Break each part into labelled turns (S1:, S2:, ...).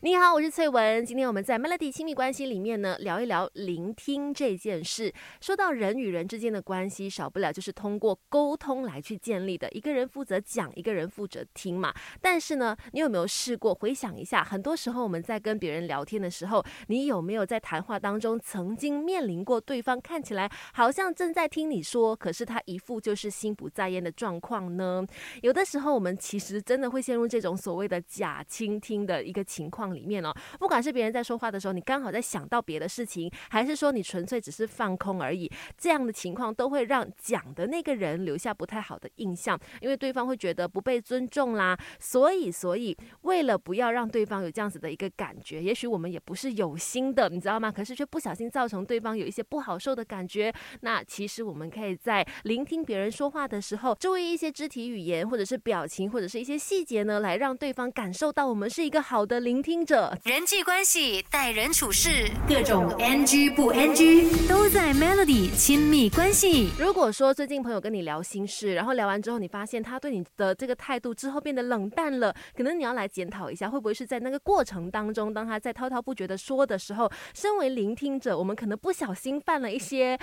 S1: 你好，我是翠文。今天我们在 Melody 亲密关系里面呢，聊一聊聆听这件事。说到人与人之间的关系，少不了就是通过沟通来去建立的。一个人负责讲，一个人负责听嘛。但是呢，你有没有试过回想一下，很多时候我们在跟别人聊天的时候，你有没有在谈话当中曾经面临过对方看起来好像正在听你说，可是他一副就是心不在焉的状况呢？有的时候我们其实真的会陷入这种所谓的假倾听的一个情况里面哦。不管是别人在说话的时候，你刚好在想到别的事情，还是说你纯粹只是放空而已，这样的情况都会让讲的那个人留下不太好的印象，因为对方会觉得不被尊重啦。所以为了不要让对方有这样子的一个感觉，也许我们也不是有心的，你知道吗？可是却不小心造成对方有一些不好受的感觉。那其实我们可以在聆听别人说话的时候，注意一些肢体语言，或者是表情，或者是一些细节呢，来让对方感受到我们是一个好的聆听者。
S2: 人际关系、待人处事，各种 NG 不 NG 都在 Melody 亲密关系。
S1: 如果说最近朋友跟你聊心事，然后聊完之后你发现他对你的这个态度之后变得冷淡了，可能你要来检讨一下，会不会是在那个过程当中，当他在滔滔不绝的说的时候，身为聆听者，我们可能不小心犯了一些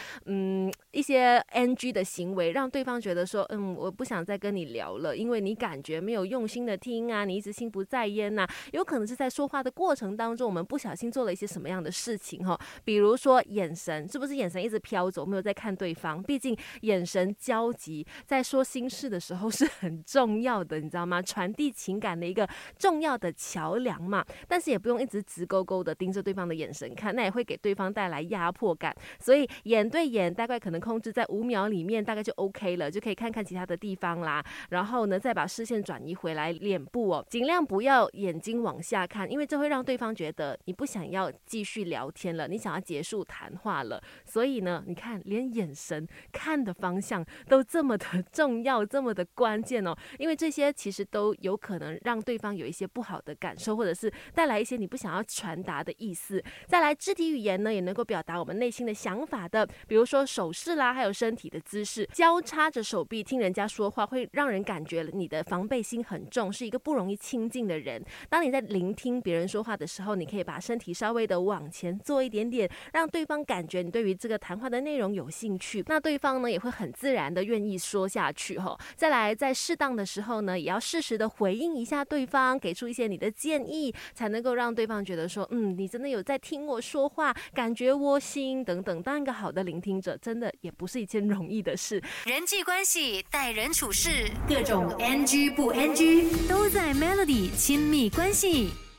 S1: NG 的行为，让对方觉得说我不想再跟你聊了，因为你感觉没有用心的听啊，你一直心不在焉啊。有可能是在说话的过程当中，我们不小心做了一些什么样的事情哈？比如说眼神，是不是眼神一直飘走，没有在看对方？毕竟眼神交集在说心事的时候是很重要的，你知道吗？传递情感的一个重要的桥梁嘛。但是也不用一直直勾勾的盯着对方的眼神看，那也会给对方带来压迫感。所以眼对眼大概可能控制在5秒里面，大概就 OK 了，就可以看看其他的地方啦。然后呢，再把视线转移回来脸部哦，尽量不要眼睛往下看，因为这会让对方觉得你不想要继续聊天了，你想要结束谈话了。所以呢，你看连眼神看的方向都这么的重要，这么的关键哦，因为这些其实都有可能让对方有一些不好的感受，或者是带来一些你不想要传达的意思。再来，肢体语言呢也能够表达我们内心的想法的，比如说手势啦，还有身体的姿势，交叉着手臂听人家说话，会让人感觉你的防备心很重，是一个不容易亲近的人。当你在聆听别人说话的时候，你可以把身体稍微的往前做一点点，让对方感觉你对于这个谈话的内容有兴趣，那对方呢也会很自然的愿意说下去哈。再来，在适当的时候呢，也要适时的回应一下对方，给出一些你的建议，才能够让对方觉得说你真的有在听我说话，感觉窝心等等。当一个好的聆听者，真的也不是一件容易的事。
S2: 人际关系、待人处事，各种 NG 不 NG 都在 Melody 亲密关系。